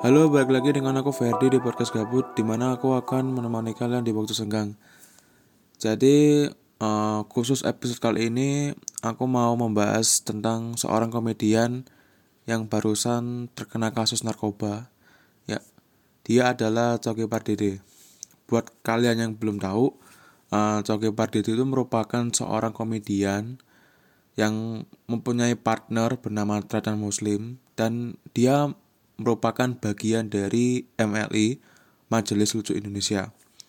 Halo, balik lagi dengan aku Ferdi di podcast Gabut, di mana aku akan menemani kalian di waktu senggang. Jadi, khusus episode kali ini, aku mau membahas tentang seorang komedian yang barusan terkena kasus narkoba. Ya, dia adalah Coki Pardede. Buat kalian yang belum tahu, Coki Pardede itu merupakan seorang komedian yang mempunyai partner bernama Tratan Muslim, dan dia merupakan bagian dari MLI, Majelis Lucu Indonesia.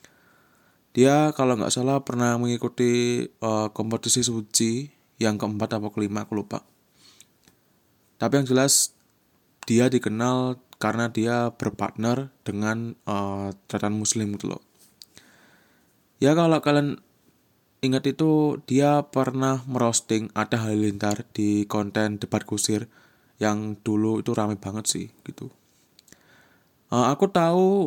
Dia kalau nggak salah pernah mengikuti kompetisi suci yang keempat atau kelima, aku lupa. Tapi yang jelas dia dikenal karena dia berpartner dengan Tratan Muslim gitu loh. Ya kalau kalian ingat itu, dia pernah merosting Atta Halilintar di konten debat kusir yang dulu itu rame banget sih gitu. Aku tahu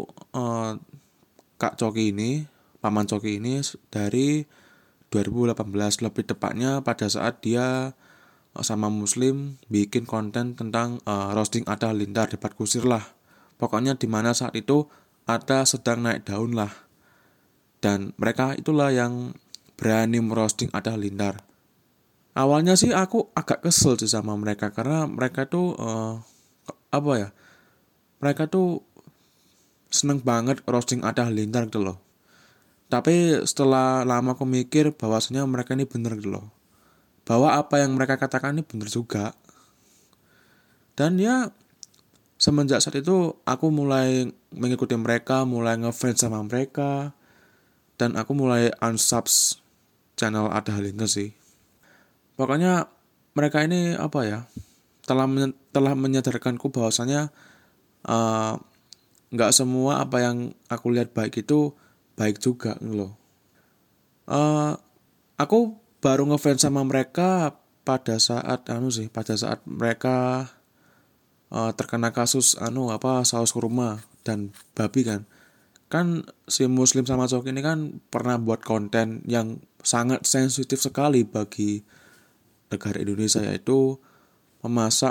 Kak Coki ini, Paman Coki ini dari 2018, lebih tepatnya pada saat dia sama Muslim bikin konten tentang roasting Atta Halilintar debat kusir lah. Pokoknya di mana saat itu Atta sedang naik daun lah. Dan mereka itulah yang berani merosting Atta Halilintar. Awalnya sih aku agak kesel sih sama mereka karena mereka tuh apa ya? Mereka tuh seneng banget roasting Atta Halilintar gitu loh. Tapi setelah lama aku mikir bahwasanya mereka ini bener gitu loh. Bahwa apa yang mereka katakan ini bener juga. Dan ya semenjak saat itu aku mulai mengikuti mereka, mulai ngefans sama mereka. Dan aku mulai unsubs channel Atta Halilintar sih. Pokoknya mereka ini apa ya? Telah menyadarkanku bahwasanya nggak semua apa yang aku lihat baik itu baik juga loh. Aku baru ngefans sama mereka pada saat mereka terkena kasus saus kurma dan babi kan. Kan si Muslim sama Coki ini kan pernah buat konten yang sangat sensitif sekali bagi negara Indonesia, yaitu memasak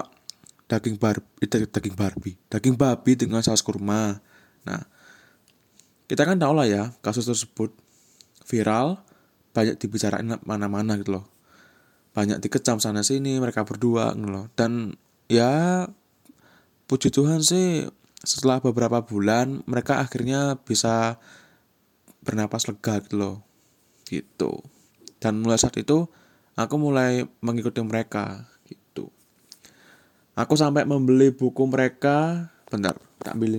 daging babi dengan saus kurma. Nah, kita kan tahu lah ya, kasus tersebut viral, banyak dibicarain mana-mana gitu loh. Banyak dikecam sana sini mereka berdua gitu loh. Dan ya puji Tuhan sih setelah beberapa bulan mereka akhirnya bisa bernapas lega gitu loh. Gitu. Dan mulai saat itu aku mulai mengikuti mereka gitu. Aku sampai membeli buku mereka. Bentar, tak ambilin.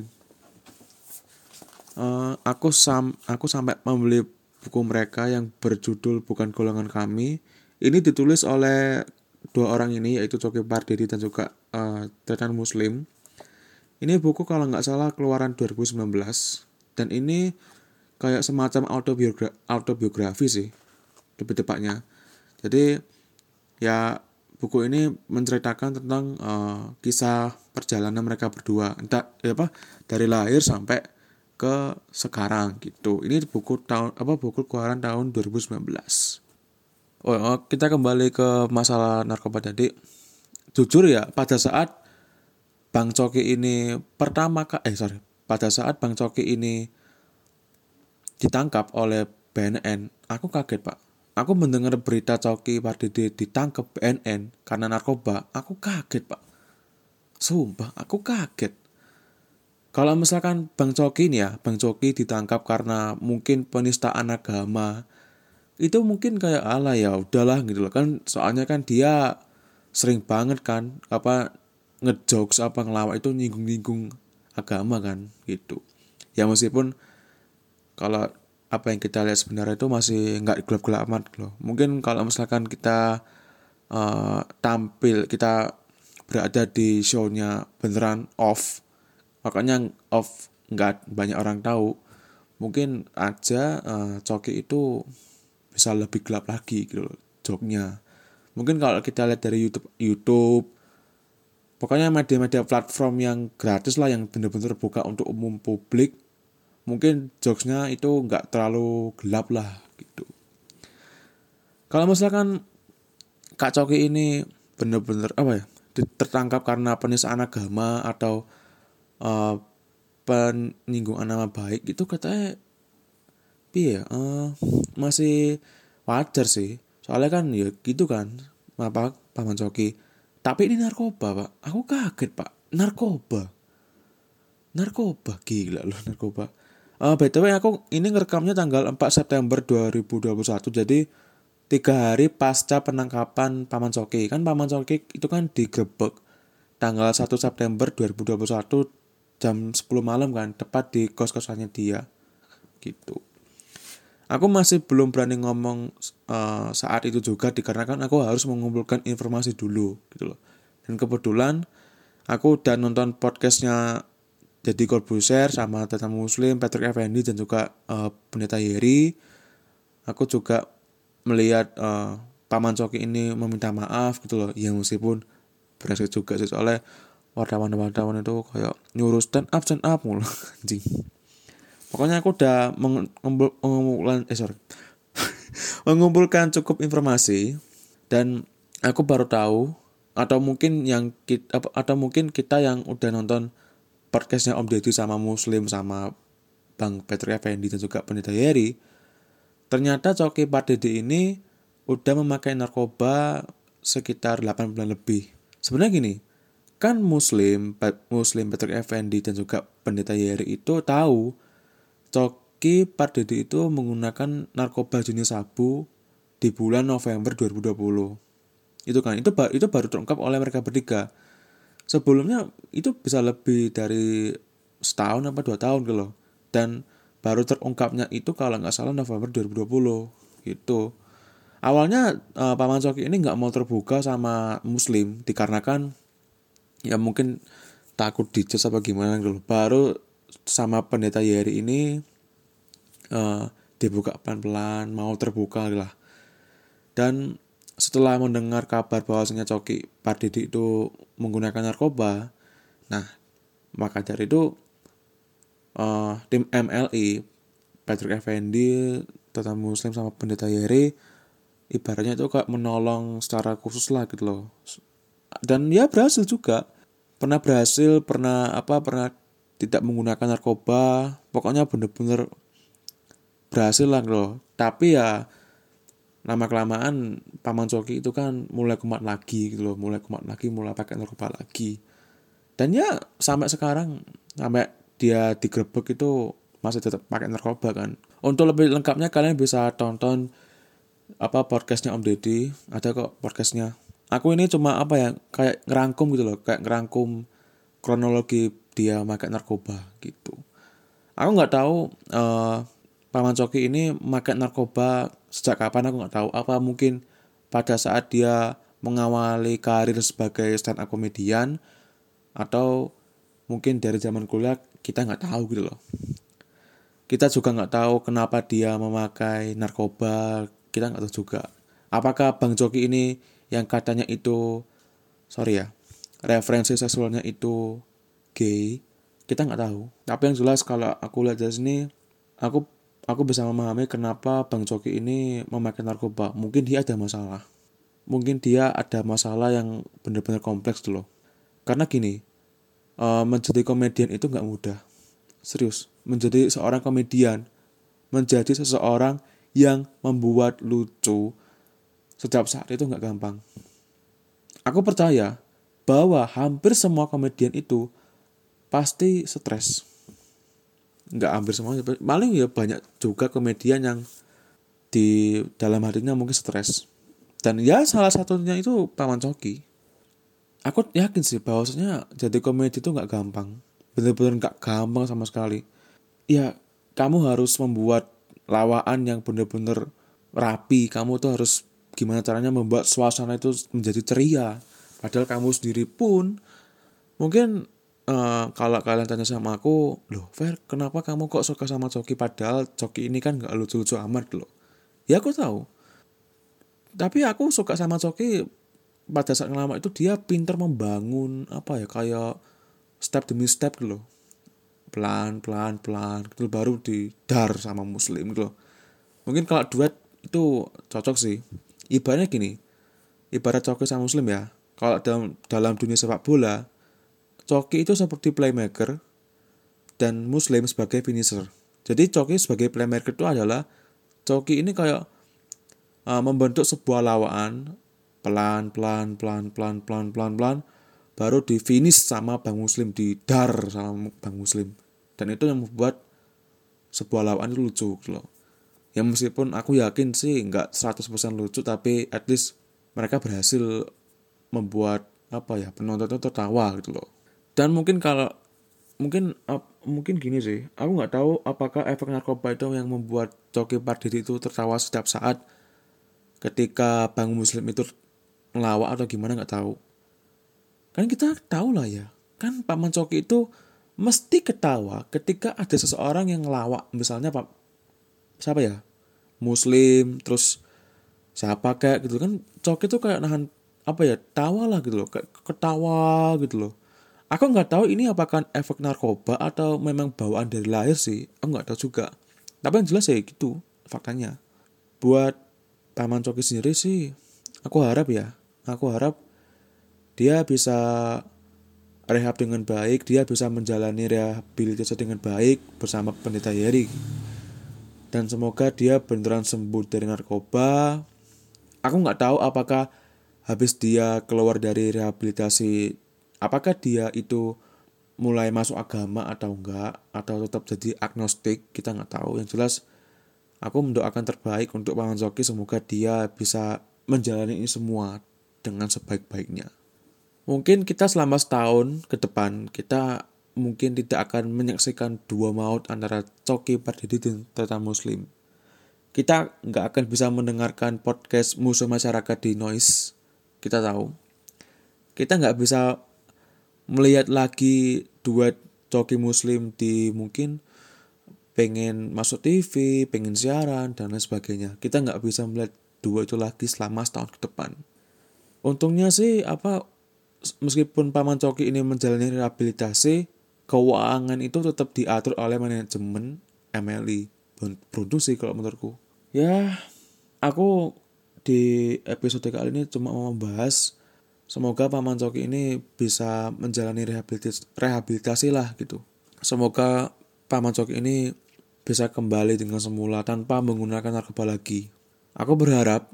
Aku sampai membeli buku mereka yang berjudul Bukan Golongan Kami. Ini ditulis oleh dua orang ini, yaitu Coki Pardede dan juga Tratan Muslim. Ini buku kalau nggak salah keluaran 2019. Dan ini kayak semacam autobiografi sih, lebih tepatnya. Jadi ya buku ini menceritakan tentang kisah perjalanan mereka berdua, dari lahir sampai ke sekarang gitu. Ini buku keluaran tahun 2019. Kita kembali ke masalah narkoba tadi. Jujur ya, Bang Coki ini pada saat Bang Coki ini ditangkap oleh BNN, aku kaget Pak. Aku mendengar berita Coki Pardede ditangkap BNN karena narkoba, aku kaget Pak. Sumpah, aku kaget. Kalau misalkan Bang Coki ditangkap karena mungkin penistaan agama, itu mungkin kayak ala ya udahlah gitu loh kan, soalnya kan dia sering banget kan ngejokes ngelawak itu nyinggung-nyinggung agama kan gitu. Ya meskipun kalau apa yang kita lihat sebenarnya itu masih nggak gelap-gelap amat loh. Mungkin kalau misalkan kita kita berada di show-nya beneran off, makanya off nggak banyak orang tahu, mungkin aja Coki itu bisa lebih gelap lagi gitu loh joknya. Mungkin kalau kita lihat dari YouTube, pokoknya media-media platform yang gratis lah, yang benar-benar buka untuk umum publik, mungkin jokesnya itu nggak terlalu gelap lah gitu. Kalau misalkan Kak Coki ini benar-benar tertangkap karena penistaan agama atau penyinggungan nama baik itu katanya piye ya, masih wajar sih. Soalnya kan ya gitu kan, apa Paman Coki. Tapi ini narkoba, Pak. Aku kaget, Pak. Narkoba gila loh, narkoba. BTW aku ini ngerekamnya tanggal 4 September 2021. Jadi 3 hari pasca penangkapan Paman Coki. Kan Paman Coki itu kan digerebek tanggal 1 September 2021 jam 10 malam kan, tepat di kos-kosannya dia gitu. Aku masih belum berani ngomong saat itu juga dikarenakan aku harus mengumpulkan informasi dulu gitu loh. Dan kebetulan aku udah nonton podcastnya Deddy Corbuzier sama Tata Muslim, Patrick Effendi dan juga Pendeta Yeri. Aku juga melihat Paman Coki ini meminta maaf gitu loh. Ya meskipun berhasil juga sih, soalnya wartawan itu kayak nyuruh stand up mulu anjing. Pokoknya aku udah mengumpulkan cukup informasi dan aku baru tahu atau mungkin kita yang udah nonton podcastnya Om Deddy sama Muslim sama Bang Patrick Effendi dan juga Pendeta Yeri, ternyata Coki Pardede ini udah memakai narkoba sekitar 8 bulan lebih. Sebenarnya gini, kan Muslim Patrick Effendi dan juga Pendeta Yeri itu tahu Coki Pardede itu menggunakan narkoba jenis sabu di bulan November 2020. Itu kan, itu baru terungkap oleh mereka bertiga. Sebelumnya itu bisa lebih dari setahun apa 2 tahun gitu loh. Dan baru terungkapnya itu kalau nggak salah November 2020 gitu. Awalnya Paman Coki ini nggak mau terbuka sama Muslim dikarenakan ya mungkin takut dijudge apa gimana gitu loh. Baru sama Pendeta Yeri ini dibuka pelan-pelan, mau terbuka lah. Dan setelah mendengar kabar bahwasanya Coki Pardede itu menggunakan narkoba, nah maka dari itu tim MLI, Patrick Effendi, Tata Muslim sama Pendeta Yeri ibaratnya itu kayak menolong secara khusus lah gitu loh. Dan ya berhasil juga. Pernah tidak menggunakan narkoba, pokoknya bener-bener berhasil lah gitu loh. Tapi ya lama-kelamaan Paman Coki itu kan mulai kumat lagi gitu loh, mulai pakai narkoba lagi. Dan ya sampai sekarang, sampai dia digerebek itu masih tetap pakai narkoba kan. Untuk lebih lengkapnya kalian bisa tonton podcastnya Om Deddy, ada kok podcastnya. Aku ini cuma kayak ngerangkum gitu loh, kayak ngerangkum kronologi dia pakai narkoba gitu. Aku nggak tahu Paman Coki ini pakai narkoba sejak kapan, aku nggak tahu. Apa mungkin pada saat dia mengawali karir sebagai stand up komedian, atau mungkin dari zaman kuliah, kita nggak tahu gitu loh. Kita juga nggak tahu kenapa dia memakai narkoba, kita nggak tahu juga. Apakah Bang Coki ini yang katanya itu, referensi seksualnya itu gay, kita nggak tahu. Tapi yang jelas kalau aku lihat dari sini, aku bisa memahami kenapa Bang Coki ini memakai narkoba. Mungkin dia ada masalah. Mungkin dia ada masalah yang benar-benar kompleks dulu. Karena gini, menjadi komedian itu nggak mudah. Serius, menjadi seorang komedian, menjadi seseorang yang membuat lucu setiap saat itu nggak gampang. Aku percaya bahwa hampir semua komedian itu pasti stres. Nggak hampir semuanya, paling ya banyak juga komedian yang di dalam hatinya mungkin stres. Dan ya salah satunya itu Paman Coki. Aku yakin sih bahwasanya jadi komedi itu nggak gampang. Bener-bener nggak gampang sama sekali. Ya kamu harus membuat lawaan yang bener-bener rapi. Kamu tuh harus gimana caranya membuat suasana itu menjadi ceria. Padahal kamu sendiri pun mungkin kalau kalian tanya sama aku, loh Fer, kenapa kamu kok suka sama Coki padahal Coki ini kan gak lucu-lucu amat loh. Ya aku tahu. Tapi aku suka sama Coki pada saat lama itu dia pintar membangun kayak step demi step gitu loh. Pelan gitu baru didar sama Muslim gitu loh. Mungkin kalau duet itu cocok sih. Ibaratnya gini. Ibarat Coki sama Muslim ya. Kalau dalam dunia sepak bola, Coki itu seperti playmaker, dan Muslim sebagai finisher. Jadi Coki sebagai playmaker itu adalah Coki ini kayak membentuk sebuah lawan pelan baru di finish sama Bang Muslim, di dar sama Bang Muslim. Dan itu yang membuat sebuah lawan itu lucu gitu loh. Ya meskipun aku yakin sih nggak 100% lucu, tapi at least mereka berhasil membuat penonton itu tertawa gitu loh. Dan mungkin mungkin gini sih, aku nggak tahu apakah efek narkoba itu yang membuat Coki Pardede itu tertawa setiap saat ketika Bang Muslim itu ngelawak atau gimana, nggak tahu. Kan kita tahu lah ya, kan Paman Coki itu mesti ketawa ketika ada seseorang yang ngelawak, misalnya siapa ya, Muslim, terus siapa kayak gitu kan. Coki itu kayak nahan tawa lah gitu loh, kayak ketawa gitu loh. Aku nggak tahu ini apakah efek narkoba atau memang bawaan dari lahir sih, aku nggak tahu juga. Tapi yang jelas ya gitu faktanya. Buat Paman Coki sendiri sih, aku harap dia bisa rehab dengan baik, dia bisa menjalani rehabilitasi dengan baik bersama Pendeta Yeri. Dan semoga dia beneran sembuh dari narkoba. Aku nggak tahu apakah habis dia keluar dari rehabilitasi, apakah dia itu mulai masuk agama atau enggak, atau tetap jadi agnostik, kita nggak tahu. Yang jelas aku mendoakan terbaik untuk Paman Coki, semoga dia bisa menjalani ini semua dengan sebaik-baiknya. Mungkin kita selama setahun ke depan, kita mungkin tidak akan menyaksikan dua maut antara Coki Pardede dan Pendeta Muslim. Kita nggak akan bisa mendengarkan podcast Musuh Masyarakat di Noise, kita tahu. Kita nggak bisa melihat lagi duet Coki Muslim di mungkin pengen masuk TV, pengen siaran, dan lain sebagainya. Kita nggak bisa melihat dua itu lagi selama setahun ke depan. Untungnya sih meskipun Paman Coki ini menjalani rehabilitasi, keuangan itu tetap diatur oleh manajemen MLI. Beruntung sih kalau menurutku. Ya, aku di episode kali ini cuma mau membahas semoga Paman Coki ini bisa menjalani rehabilitasi lah gitu. Semoga Paman Coki ini bisa kembali dengan semula tanpa menggunakan narkoba lagi. Aku berharap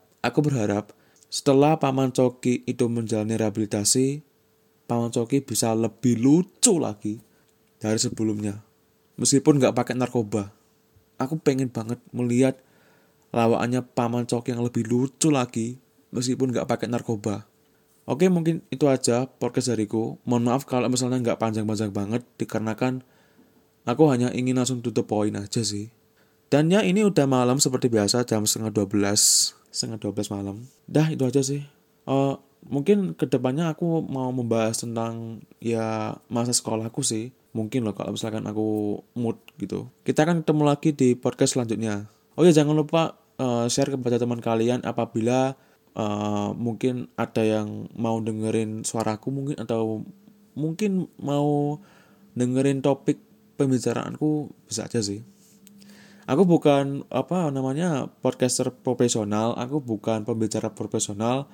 setelah Paman Coki itu menjalani rehabilitasi, Paman Coki bisa lebih lucu lagi dari sebelumnya. Meskipun gak pakai narkoba. Aku pengen banget melihat lawakannya Paman Coki yang lebih lucu lagi meskipun gak pakai narkoba. Oke, mungkin itu aja podcast dariku. Mohon maaf kalau misalnya gak panjang-panjang banget, dikarenakan aku hanya ingin langsung to the point aja sih. Dan ya ini udah malam seperti biasa, jam 11:30 malam. Dah itu aja sih. Mungkin kedepannya aku mau membahas tentang ya masa sekolahku sih. Mungkin loh kalau misalkan aku mood gitu. Kita akan ketemu lagi di podcast selanjutnya. Oh ya, jangan lupa share kepada teman kalian apabila mungkin ada yang mau dengerin suaraku mungkin, atau mungkin mau dengerin topik pembicaraanku, bisa aja sih. Aku bukan podcaster profesional, aku bukan pembicara profesional.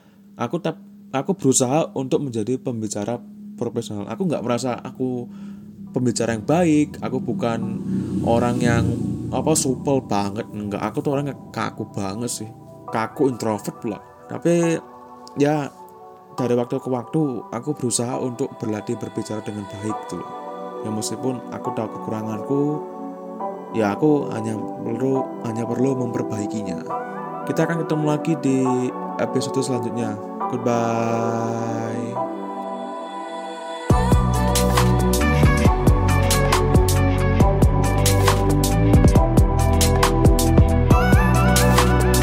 Aku berusaha untuk menjadi pembicara profesional. Aku nggak merasa aku pembicara yang baik. Aku bukan orang yang supel banget. Enggak, aku tuh orang yang kaku banget sih. Kaku, introvert pula. Tapi ya dari waktu ke waktu aku berusaha untuk berlatih berbicara dengan baik gitu loh. Ya meskipun aku tahu kekuranganku, ya aku hanya perlu memperbaikinya. Kita akan ketemu lagi di episode selanjutnya. Goodbye.